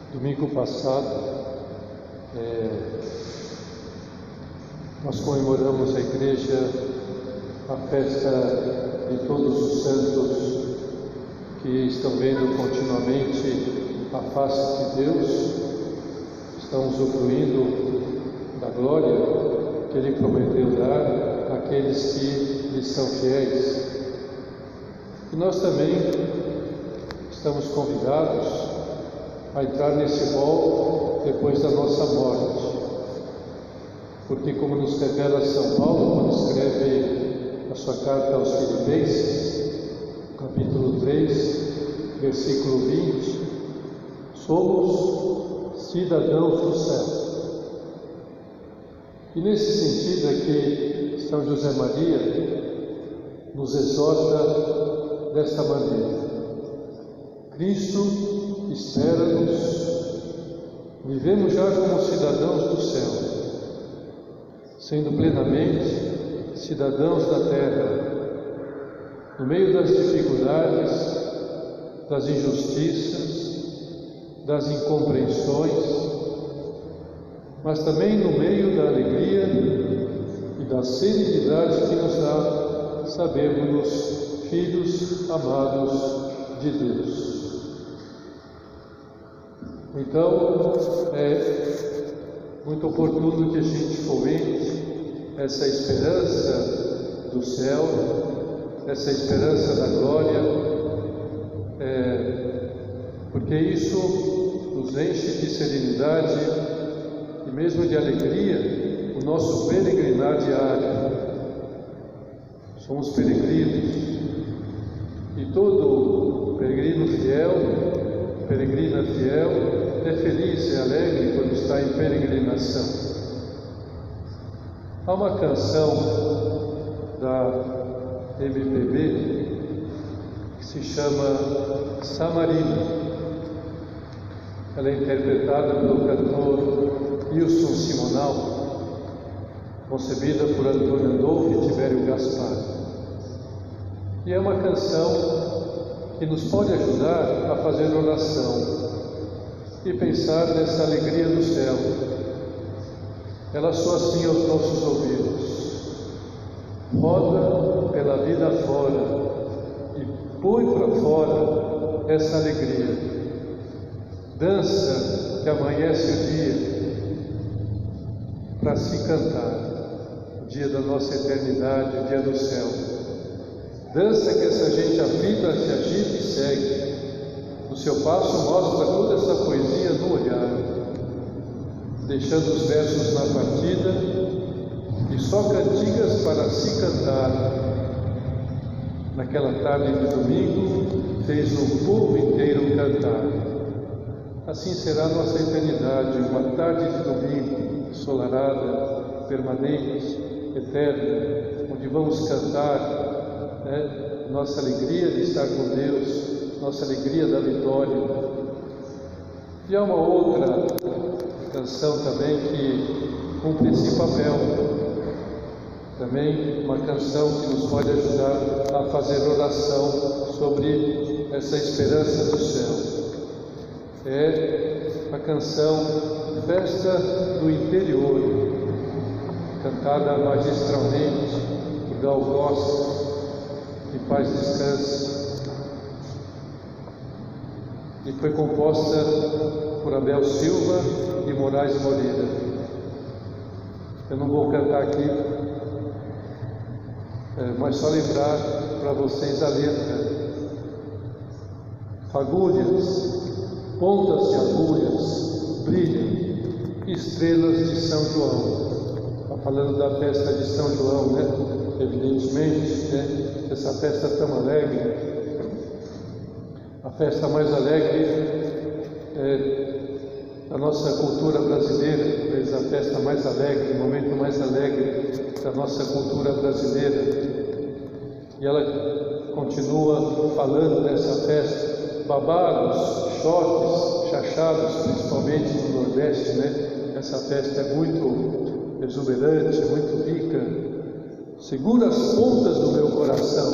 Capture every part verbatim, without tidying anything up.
Domingo passado, é, nós comemoramos a igreja, a festa de todos os santos que estão vendo continuamente a face de Deus, estão usufruindo da glória que Ele prometeu dar àqueles que lhe são fiéis. E nós também estamos convidados a entrar nesse rol depois da nossa morte. Porque, como nos revela São Paulo, quando escreve a sua carta aos Filipenses, capítulo três, versículo vinte, somos cidadãos do céu. E nesse sentido é que São José Maria nos exorta desta maneira: Cristo espera-nos, vivemos já como cidadãos do céu, sendo plenamente cidadãos da terra, no meio das dificuldades, das injustiças, das incompreensões, mas também no meio da alegria e da serenidade que nos dá sabermos filhos amados de Deus. Então, é muito oportuno que a gente fomente essa esperança do céu, essa esperança da glória, é, porque isso nos enche de serenidade e mesmo de alegria o nosso peregrinar diário. Somos peregrinos e todo peregrino fiel, peregrina fiel, é feliz e alegre quando está em peregrinação. Há uma canção da M P B que se chama Samarina. Ela é interpretada pelo cantor Wilson Simonal, concebida por Antônio Andolfo e Tibério Gaspar. E é uma canção que nos pode ajudar a fazer oração e pensar nessa alegria do céu. Ela soa assim aos nossos ouvidos: roda pela vida fora e põe para fora essa alegria. Dança que amanhece o dia para se cantar, o dia da nossa eternidade, o dia do céu. Dança que essa gente aflita se agita e segue. O seu passo mostra toda essa poesia no olhar, deixando os versos na partida e só cantigas para se cantar. Naquela tarde de domingo, fez o povo inteiro cantar. Assim será nossa eternidade, uma tarde de domingo, ensolarada, permanente, eterna, onde vamos cantar, né, nossa alegria de estar com Deus, nossa alegria da vitória. E há uma outra canção também que cumpre esse papel, também uma canção que nos pode ajudar a fazer oração sobre essa esperança do céu. É a canção Festa do Interior, cantada magistralmente por Gal Costa, que paz descanse, e foi composta por Abel Silva e Moraes Moreira. Eu não vou cantar aqui, é, mas só lembrar para vocês a letra. Fagulhas, pontas de agulhas, brilham, estrelas de São João. Está falando da festa de São João, né? Evidentemente, né? Essa festa tão alegre, a festa mais alegre é, da nossa cultura brasileira, talvez a festa mais alegre, o momento mais alegre da nossa cultura brasileira. E ela continua falando dessa festa. Babados, choques, chachados, principalmente no Nordeste, né? Essa festa é muito exuberante, muito rica. Segura as pontas do meu coração.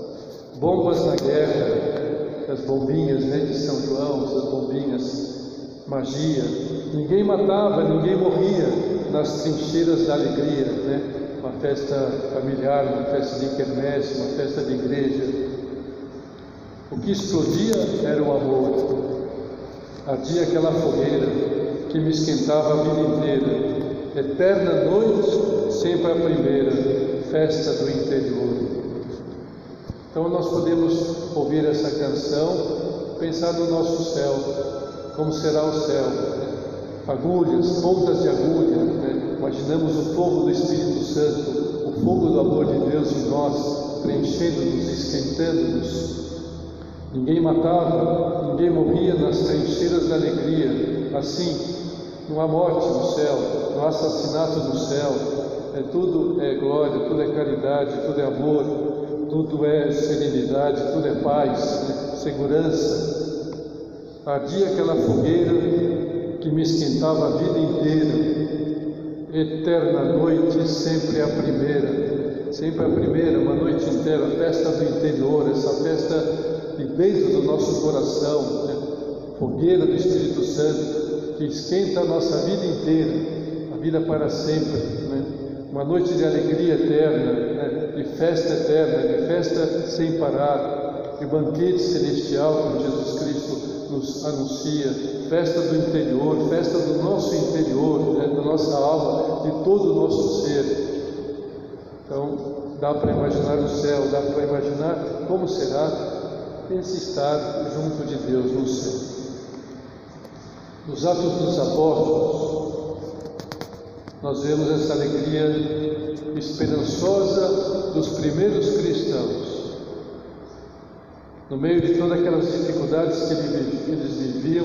Bombas na guerra, as bombinhas, né, de São João, as bombinhas magia. Ninguém matava, ninguém morria nas trincheiras da alegria, né? Uma festa familiar, uma festa de quermesse, uma festa de igreja. O que explodia era o amor. Ardia aquela fogueira que me esquentava a vida inteira. Eterna noite, sempre a primeira, festa do interior. Então nós podemos ouvir essa canção, pensar no nosso céu, como será o céu, né? Agulhas, pontas de agulha, né? Imaginamos o fogo do Espírito Santo, o fogo do amor de Deus em nós, preenchendo-nos, esquentando-nos. Ninguém matava, ninguém morria nas trincheiras da alegria. Assim, não há morte no céu, não há assassinato no céu. É, tudo é glória, tudo é caridade, tudo é amor, tudo é serenidade, tudo é paz, né? Segurança. Ardia aquela fogueira que me esquentava a vida inteira. Eterna noite, sempre a primeira, sempre a primeira, uma noite inteira, a festa do interior, essa festa de dentro do nosso coração, né? Fogueira do Espírito Santo, que esquenta a nossa vida inteira, a vida para sempre, né? Uma noite de alegria eterna, né? De festa eterna, de festa sem parar, de banquete celestial, como Jesus Cristo nos anuncia, festa do interior, festa do nosso interior, né? Da nossa alma, de todo o nosso ser. Então, dá para imaginar o céu, dá para imaginar como será esse estar junto de Deus no céu. Nos Atos dos Apóstolos, nós vemos essa alegria esperançosa dos primeiros cristãos. No meio de todas aquelas dificuldades que eles viviam,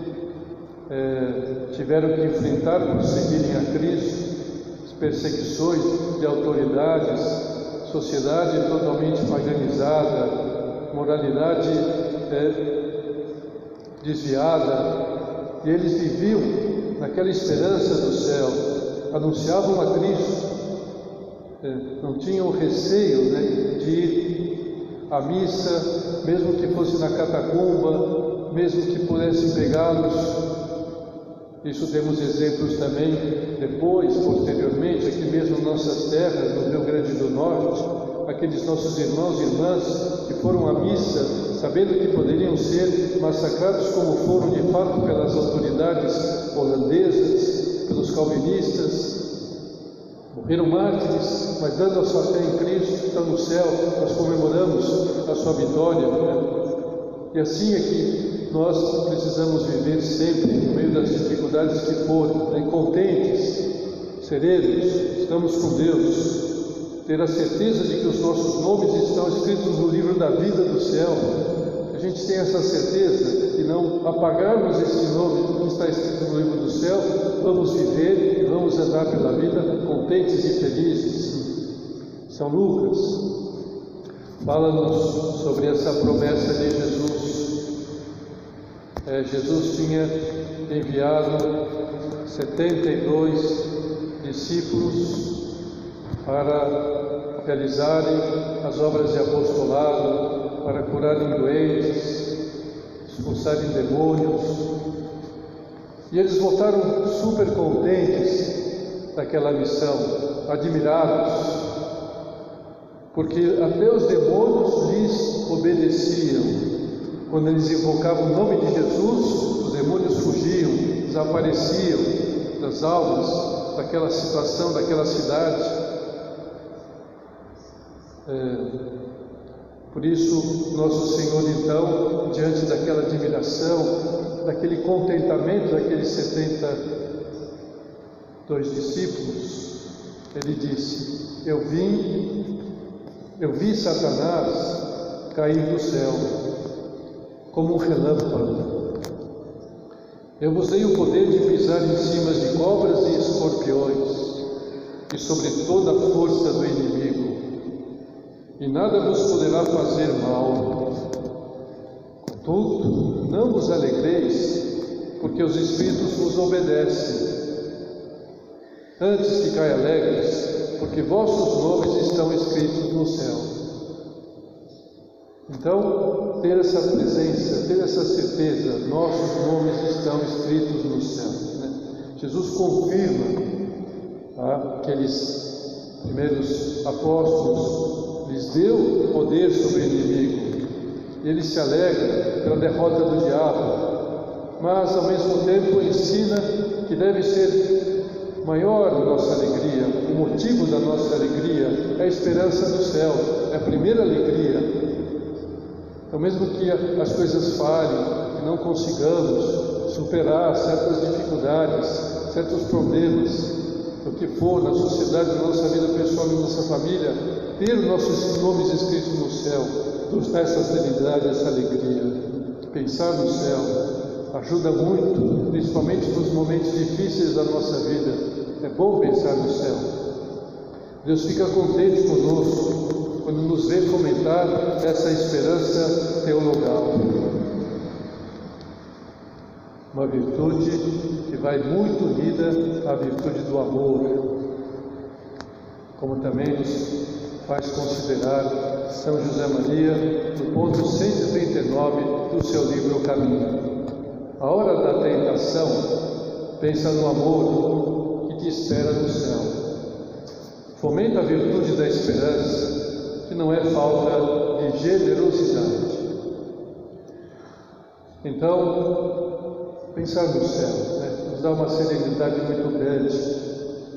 é, tiveram que enfrentar por seguirem a Cristo, as perseguições de autoridades, sociedade totalmente paganizada, moralidade é, desviada, e eles viviam naquela esperança do céu, anunciavam a Cristo, é, não tinham receio, né, de ir à missa, mesmo que fosse na catacumba, mesmo que pudessem pegá-los. Isso temos exemplos também depois, posteriormente, aqui mesmo em nossas terras, no Rio Grande do Norte, aqueles nossos irmãos e irmãs que foram à missa, sabendo que poderiam ser massacrados como foram de fato pelas autoridades holandesas, pelos calvinistas, morreram mártires, mas dando a sua fé em Cristo, estão no céu, nós comemoramos a sua vitória, né? E assim é que nós precisamos viver sempre, no meio das dificuldades que forem, né? Contentes, serenos, estamos com Deus, ter a certeza de que os nossos nomes estão escritos no livro da vida do céu. A gente tem essa certeza e não apagarmos esse nome que está escrito no livro do céu, vamos viver e vamos andar pela vida contentes e felizes. São Lucas fala-nos sobre essa promessa de Jesus. É, Jesus tinha enviado setenta e dois discípulos para realizarem as obras de apostolado, para curarem doentes, expulsarem demônios. E eles voltaram super contentes daquela missão, admirados, porque até os demônios lhes obedeciam. Quando eles invocavam o nome de Jesus, os demônios fugiam, desapareciam das almas daquela situação, daquela cidade. É, por isso, nosso Senhor, então, diante daquela admiração, daquele contentamento daqueles setenta e dois discípulos, ele disse: eu vim, eu vi Satanás cair do céu como um relâmpago. Eu vos dei o poder de pisar em cima de cobras e escorpiões e sobre toda a força do inimigo, e nada vos poderá fazer mal. Contudo, não vos alegreis, porque os Espíritos vos obedecem. Antes ficai alegres, porque vossos nomes estão escritos no céu. Então, ter essa presença, ter essa certeza, nossos nomes estão escritos no céu. Né? Jesus confirma tá? Aqueles primeiros apóstolos, lhes deu poder sobre o inimigo, e ele se alegra pela derrota do diabo, mas ao mesmo tempo ensina que deve ser maior a nossa alegria, o motivo da nossa alegria é a esperança do céu, é a primeira alegria. Então, mesmo que as coisas falhem, que não consigamos superar certas dificuldades, certos problemas, o que for, na sociedade, na nossa vida pessoal, na nossa família, ter os nossos nomes escritos no céu, nos dá essa serenidade, essa alegria. Pensar no céu ajuda muito, principalmente nos momentos difíceis da nossa vida. É bom pensar no céu. Deus fica contente conosco quando nos vê fomentar essa esperança teologal. Uma virtude que vai muito unida à virtude do amor, como também nos faz considerar São José Maria no ponto cento e trinta e nove do seu livro O Caminho. A hora da tentação, pensa no amor que te espera no céu. Fomenta a virtude da esperança, que não é falta de generosidade. Então, pensar no céu, né, nos dá uma serenidade muito grande.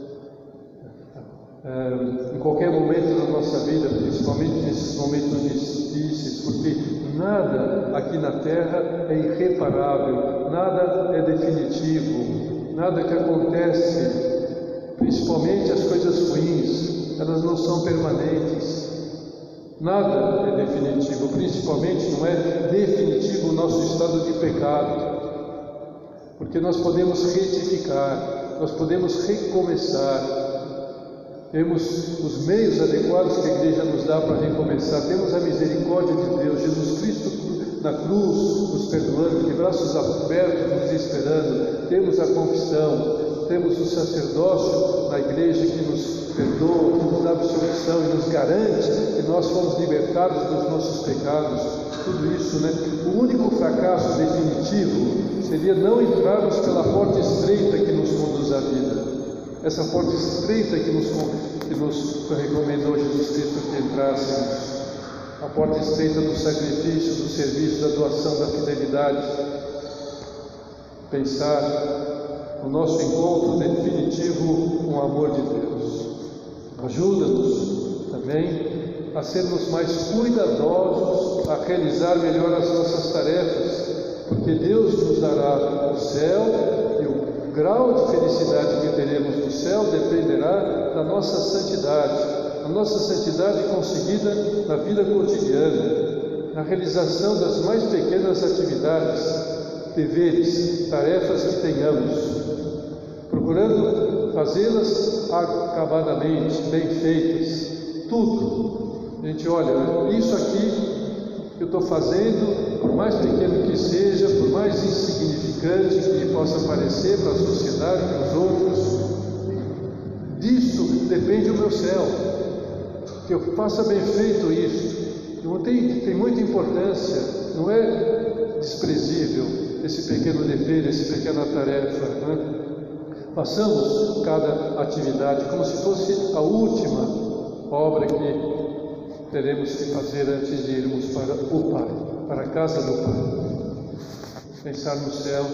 É, em qualquer momento da nossa vida, principalmente nesses momentos difíceis, porque nada aqui na Terra é irreparável, nada é definitivo, nada que acontece, principalmente as coisas ruins, elas não são permanentes. Nada é definitivo, principalmente não é definitivo o nosso estado de pecado, porque nós podemos retificar, nós podemos recomeçar. Temos os meios adequados que a Igreja nos dá para recomeçar. Temos a misericórdia de Deus, Jesus Cristo na cruz, nos perdoando, de braços abertos, nos esperando. Temos a confissão, temos o sacerdócio na Igreja que nos perdoa, que nos dá absolução e nos garante que nós fomos libertados dos nossos pecados. Tudo isso, né? O único fracasso definitivo seria não entrarmos pela porta estreita que nos conduz à vida. Essa porta estreita que nos, que nos recomendou Jesus Cristo que entrássemos, a porta estreita do sacrifício, do serviço, da doação, da fidelidade. Pensar no nosso encontro definitivo com o amor de Deus. Ajuda-nos também a sermos mais cuidadosos, a realizar melhor as nossas tarefas, porque Deus nos dará o céu e o O grau de felicidade que teremos no céu dependerá da nossa santidade, a nossa santidade conseguida na vida cotidiana, na realização das mais pequenas atividades, deveres, tarefas que tenhamos, procurando fazê-las acabadamente, bem feitas, tudo. A gente olha, isso aqui que eu estou fazendo, por mais pequeno que seja, por mais insignificante que possa parecer para a sociedade, para os outros, disso depende o meu céu, que eu faça bem feito isso. Não tem, tem muita importância, não é desprezível esse pequeno dever, essa pequena tarefa, né? Façamos cada atividade como se fosse a última obra que teremos que fazer antes de irmos para o Pai, para a casa do Pai. Pensar no céu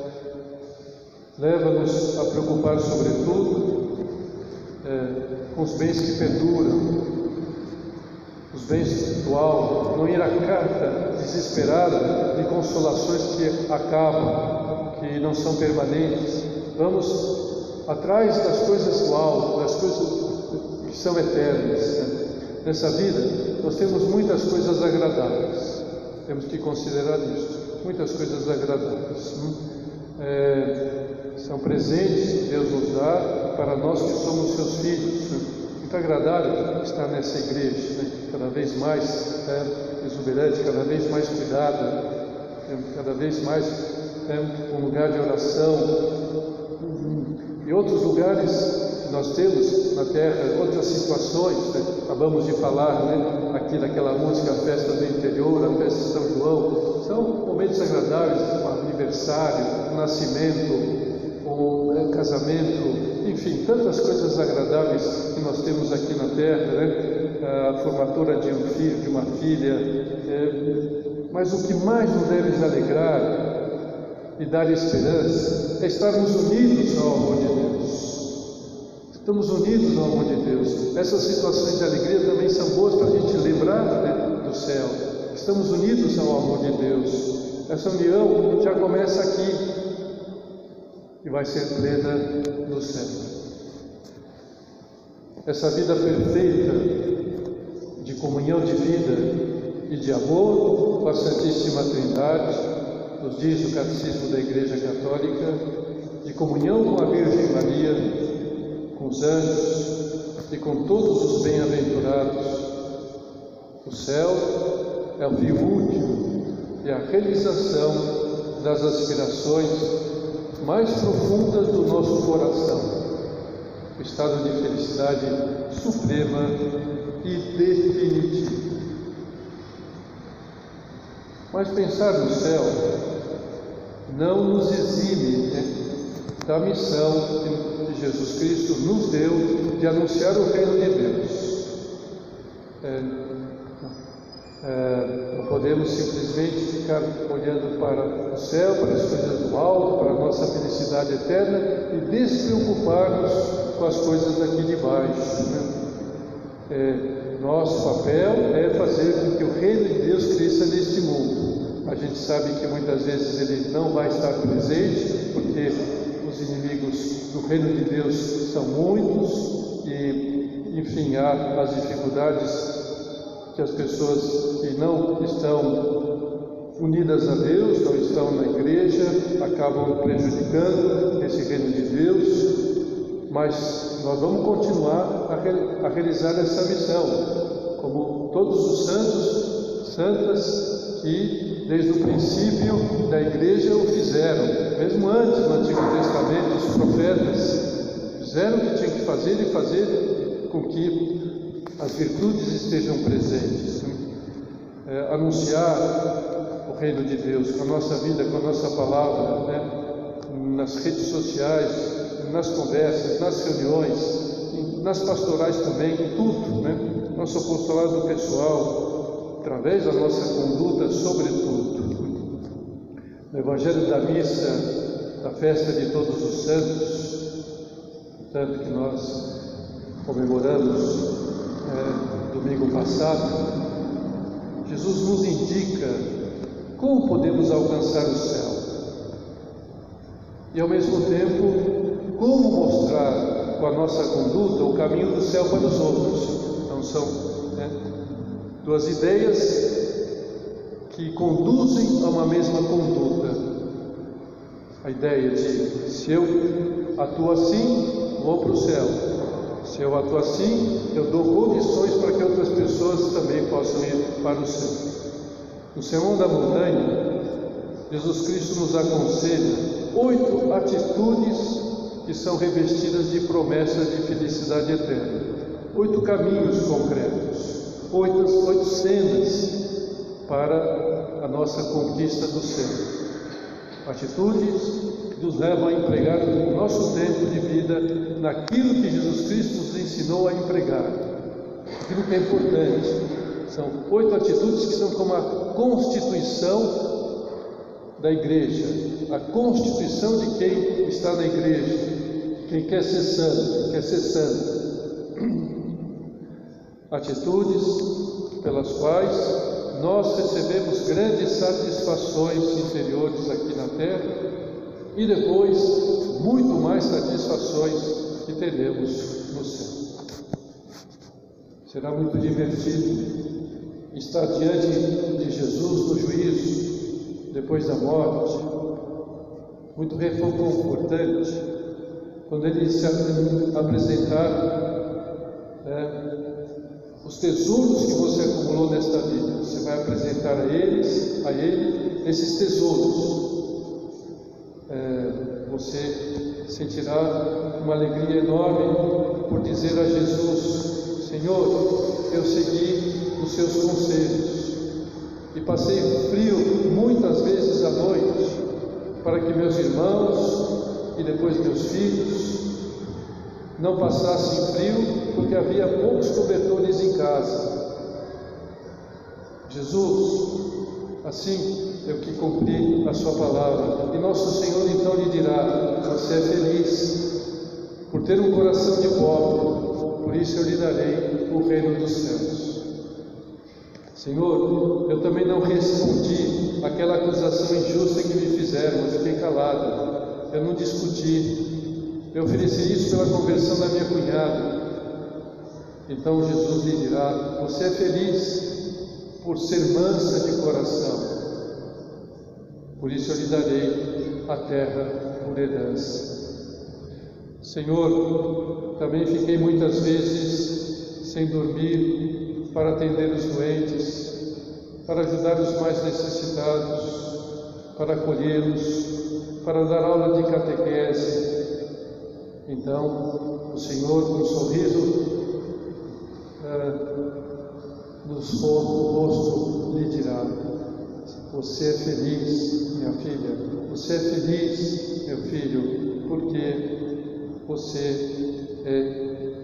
leva-nos a preocupar sobretudo é, com os bens que perduram, os bens do alto, não ir à carta desesperada de consolações que acabam, que não são permanentes. Vamos atrás das coisas do alto, das coisas que são eternas, né? Nessa vida, nós temos muitas coisas agradáveis, temos que considerar isso, muitas coisas agradáveis. É, são presentes que Deus nos dá para nós que somos seus filhos. Muito agradável estar nessa igreja, né? Cada vez mais é, exuberante, cada vez mais cuidada, é, cada vez mais é, um lugar de oração, e outros lugares nós temos na Terra outras situações, né? Acabamos de falar, né, aqui naquela música, a festa do interior, a festa de São João, são momentos agradáveis, um aniversário, um nascimento, um casamento, enfim, tantas coisas agradáveis que nós temos aqui na Terra, né? A formatura de um filho, de uma filha, é, mas o que mais nos deve alegrar e dar esperança é estarmos unidos ao amor de Deus. Estamos unidos ao amor de Deus. Essas situações de alegria também são boas para a gente lembrar, né, do céu. Estamos unidos ao amor de Deus. Essa união já começa aqui e vai ser plena no céu. Essa vida perfeita de comunhão de vida e de amor com a Santíssima Trindade, nos diz o Catecismo da Igreja Católica, de comunhão com a Virgem Maria, com os anjos e com todos os bem-aventurados. O céu é o fim último e a realização das aspirações mais profundas do nosso coração, o estado de felicidade suprema e definitiva. Mas pensar no céu não nos exime, né, da missão que Jesus Cristo nos deu de anunciar o reino de Deus. É, é, não podemos simplesmente ficar olhando para o céu, para as coisas do alto, para a nossa felicidade eterna e despreocupar-nos com as coisas daqui de baixo, né? É, nosso papel é fazer com que o reino de Deus cresça neste mundo. A gente sabe que muitas vezes ele não vai estar presente, porque os inimigos do reino de Deus são muitos e, enfim, há as dificuldades que as pessoas que não estão unidas a Deus, não estão na igreja, acabam prejudicando esse reino de Deus. Mas nós vamos continuar a, re, a realizar essa missão, como todos os santos, santas que desde o princípio da igreja o fizeram, mesmo antes do Antigo Testamento, os profetas fizeram o que tinham que fazer e fazer com que as virtudes estejam presentes, né? É, anunciar o reino de Deus com a nossa vida, com a nossa palavra, né? Nas redes sociais, nas conversas, nas reuniões, nas pastorais também, em tudo, né? Nosso apostolado pessoal, através da nossa conduta, sobretudo. No Evangelho da Missa, da festa de todos os santos, tanto que nós comemoramos é, domingo passado, Jesus nos indica como podemos alcançar o céu. E ao mesmo tempo, como mostrar com a nossa conduta o caminho do céu para os outros. Então são, né, duas ideias que conduzem a uma mesma conduta. A ideia de, se eu atuo assim, vou para o céu. Se eu atuo assim, eu dou condições para que outras pessoas também possam ir para o céu. No Sermão da Montanha, Jesus Cristo nos aconselha oito atitudes que são revestidas de promessas de felicidade eterna. Oito caminhos concretos, oito, oito cenas para a nossa conquista do céu. Atitudes que nos levam a empregar o nosso tempo de vida naquilo que Jesus Cristo nos ensinou a empregar, aquilo que é importante. São oito atitudes que são como a constituição da igreja, a constituição de quem está na igreja, quem quer ser santo, quer ser santo. Atitudes pelas quais nós recebemos grandes satisfações interiores aqui na terra e depois muito mais satisfações que teremos no céu. Será muito divertido estar diante de Jesus no juízo, depois da morte, muito reconfortante, quando ele se apresentar, é, os tesouros que você acumulou nesta vida, você vai apresentar a eles, a ele, esses tesouros. É, você sentirá uma alegria enorme por dizer a Jesus: Senhor, eu segui os seus conselhos e passei frio muitas vezes à noite para que meus irmãos e depois meus filhos não passassem frio, porque havia poucos cobertores em casa. Jesus, assim eu que cumpri a sua palavra. E nosso Senhor então lhe dirá: você é feliz por ter um coração de pobre, por isso eu lhe darei o reino dos céus. Senhor, eu também não respondi àquela acusação injusta que me fizeram, eu fiquei calado, eu não discuti. Eu ofereci isso pela conversão da minha cunhada. Então Jesus lhe dirá: você é feliz por ser mansa de coração, por isso eu lhe darei a terra por herança. Senhor, também fiquei muitas vezes sem dormir para atender os doentes, para ajudar os mais necessitados, para acolhê-los, para dar aula de catequese. Então, o Senhor, com um sorriso uh, no rosto, lhe dirá: você é feliz, minha filha, você é feliz, meu filho, porque você é,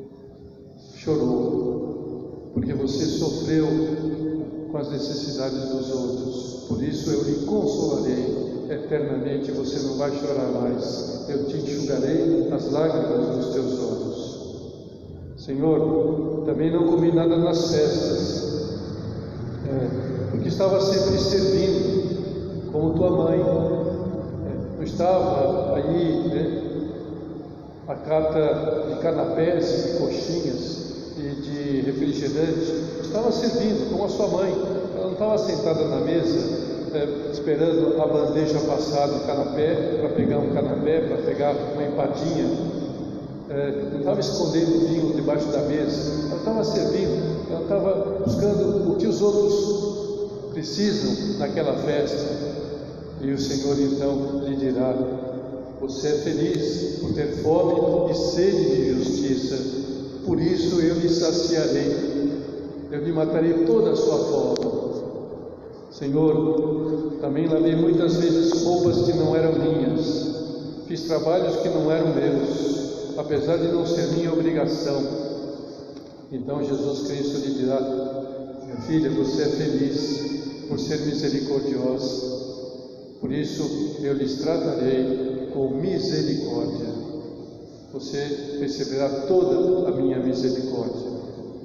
chorou, porque você sofreu com as necessidades dos outros. Por isso eu lhe consolarei eternamente, você não vai chorar mais, eu te enxugarei as lágrimas dos teus olhos. Senhor, também não comi nada nas festas, é, porque estava sempre servindo, como tua mãe. É, eu estava aí, né, a carta de canapés, de coxinhas e de refrigerante, eu estava servindo, como a sua mãe. Ela não estava sentada na mesa, É, esperando a bandeja passar no canapé, para pegar um canapé, para pegar uma empadinha. É, não estava escondendo vinho debaixo da mesa, ela estava servindo, ela estava buscando o que os outros precisam naquela festa. E o Senhor então lhe dirá: você é feliz por ter fome e sede de justiça, por isso eu lhe saciarei, eu lhe matarei toda a sua fome. Senhor, também lavei muitas vezes roupas que não eram minhas, fiz trabalhos que não eram meus, apesar de não ser minha obrigação. Então Jesus Cristo lhe dirá: minha filha, você é feliz por ser misericordiosa, por isso eu lhes tratarei com misericórdia. Você receberá toda a minha misericórdia.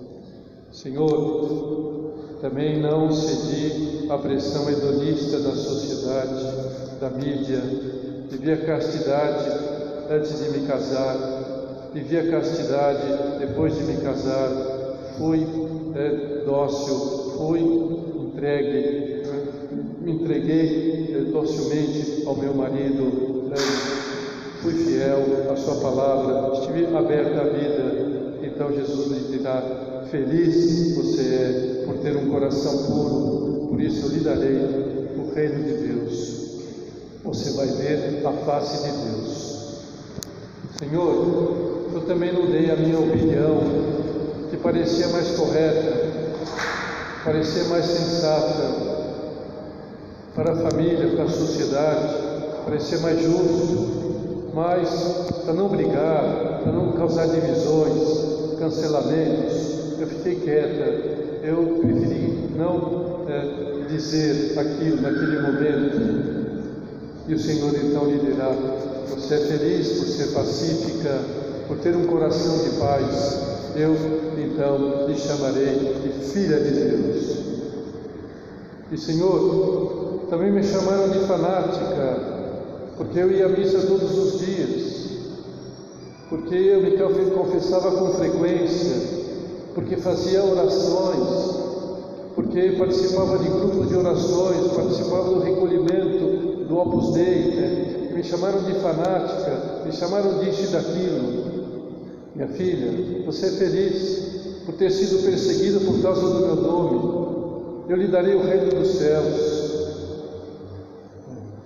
Senhor, também não cedi à pressão hedonista da sociedade, da mídia. Vivi a castidade antes de me casar, vivi a castidade depois de me casar, fui é, dócil, fui entregue, me entreguei é, docilmente ao meu marido, é, fui fiel à sua palavra, estive aberta à vida. Então Jesus lhe dirá: feliz você é por ter um coração puro, por isso eu lhe darei o reino de Deus. Você vai ver a face de Deus. Senhor, eu também não dei a minha opinião, que parecia mais correta, parecia mais sensata para a família, para a sociedade, parecia mais justo, mas para não brigar, para não causar divisões, cancelamentos, eu fiquei quieta. Eu preferi não é, dizer aquilo naquele momento. E o Senhor então lhe dirá: você é feliz por ser pacífica, por ter um coração de paz. Eu então lhe chamarei de filha de Deus. E Senhor, também me chamaram de fanática, porque eu ia à missa todos os dias, porque eu me confessava com frequência, porque fazia orações, porque participava de grupos de orações, participava do recolhimento do Opus Dei, né? Me chamaram de fanática, me chamaram disso e daquilo. Minha filha, você é feliz por ter sido perseguida por causa do meu nome. Eu lhe darei o reino dos céus.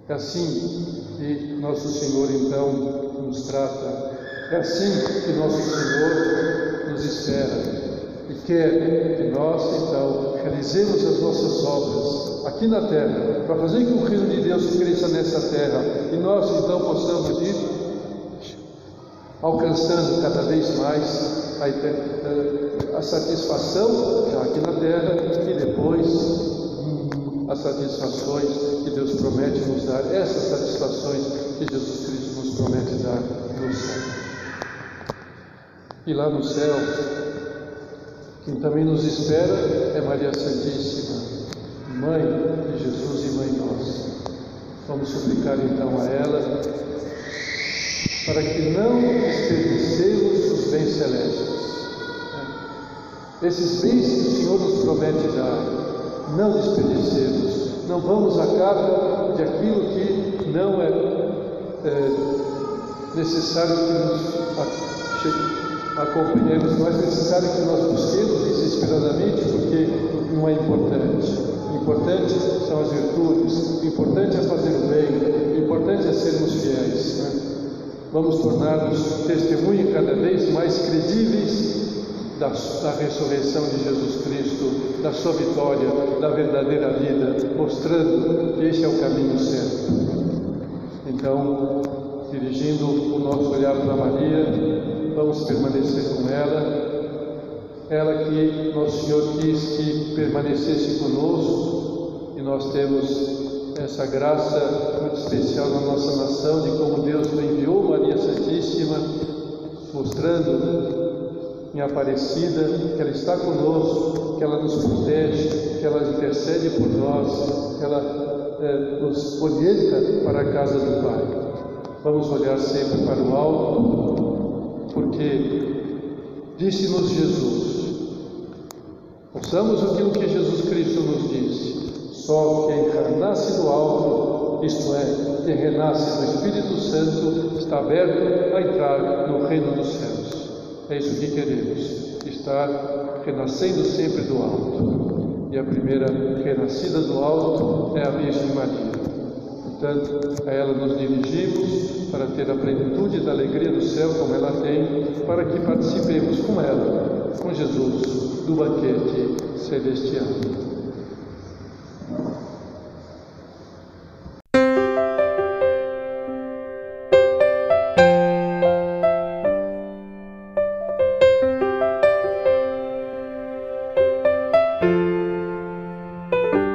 É assim que nosso Senhor então nos trata, é assim que nosso Senhor nos espera e quer que nós então realizemos as nossas obras aqui na terra, para fazer que o reino de Deus cresça nessa terra e nós então possamos ir alcançando cada vez mais a, a satisfação já aqui na terra e depois as satisfações que Deus promete nos dar, essas satisfações que Jesus Cristo nos promete dar no céu. E lá no céu, quem também nos espera é Maria Santíssima, Mãe de Jesus e Mãe nossa. Vamos suplicar então a ela para que não desperdicemos os bens celestes. Esses bens que o Senhor nos promete dar, não desperdicemos, não vamos à capa de aquilo que não é, é necessário que nos acompanhemos, não é necessário que nós busquemos desesperadamente, porque não é importante. O importante são as virtudes, o importante é fazer o bem, o importante é sermos fiéis. Né? Vamos tornar-nos testemunhas cada vez mais credíveis Da, da ressurreição de Jesus Cristo, da sua vitória, da verdadeira vida, mostrando que este é o caminho certo. Então, dirigindo o nosso olhar para Maria, vamos permanecer com ela, ela que nosso Senhor quis que permanecesse conosco, e nós temos essa graça muito especial na nossa nação, de como Deus enviou Maria Santíssima, mostrando em Aparecida, que ela está conosco, que ela nos protege, que ela intercede por nós, que ela é, nos orienta para a casa do Pai. Vamos olhar sempre para o alto, porque disse-nos Jesus, ouçamos aquilo que Jesus Cristo nos disse, só quem renasce do alto, isto é, quem renasce do Espírito Santo, está aberto a entrar no reino dos céus. É isso que queremos, estar renascendo sempre do alto. E a primeira renascida do alto é a Virgem Maria. Portanto, a ela nos dirigimos para ter a plenitude da alegria do céu como ela tem, para que participemos com ela, com Jesus, do banquete celestial.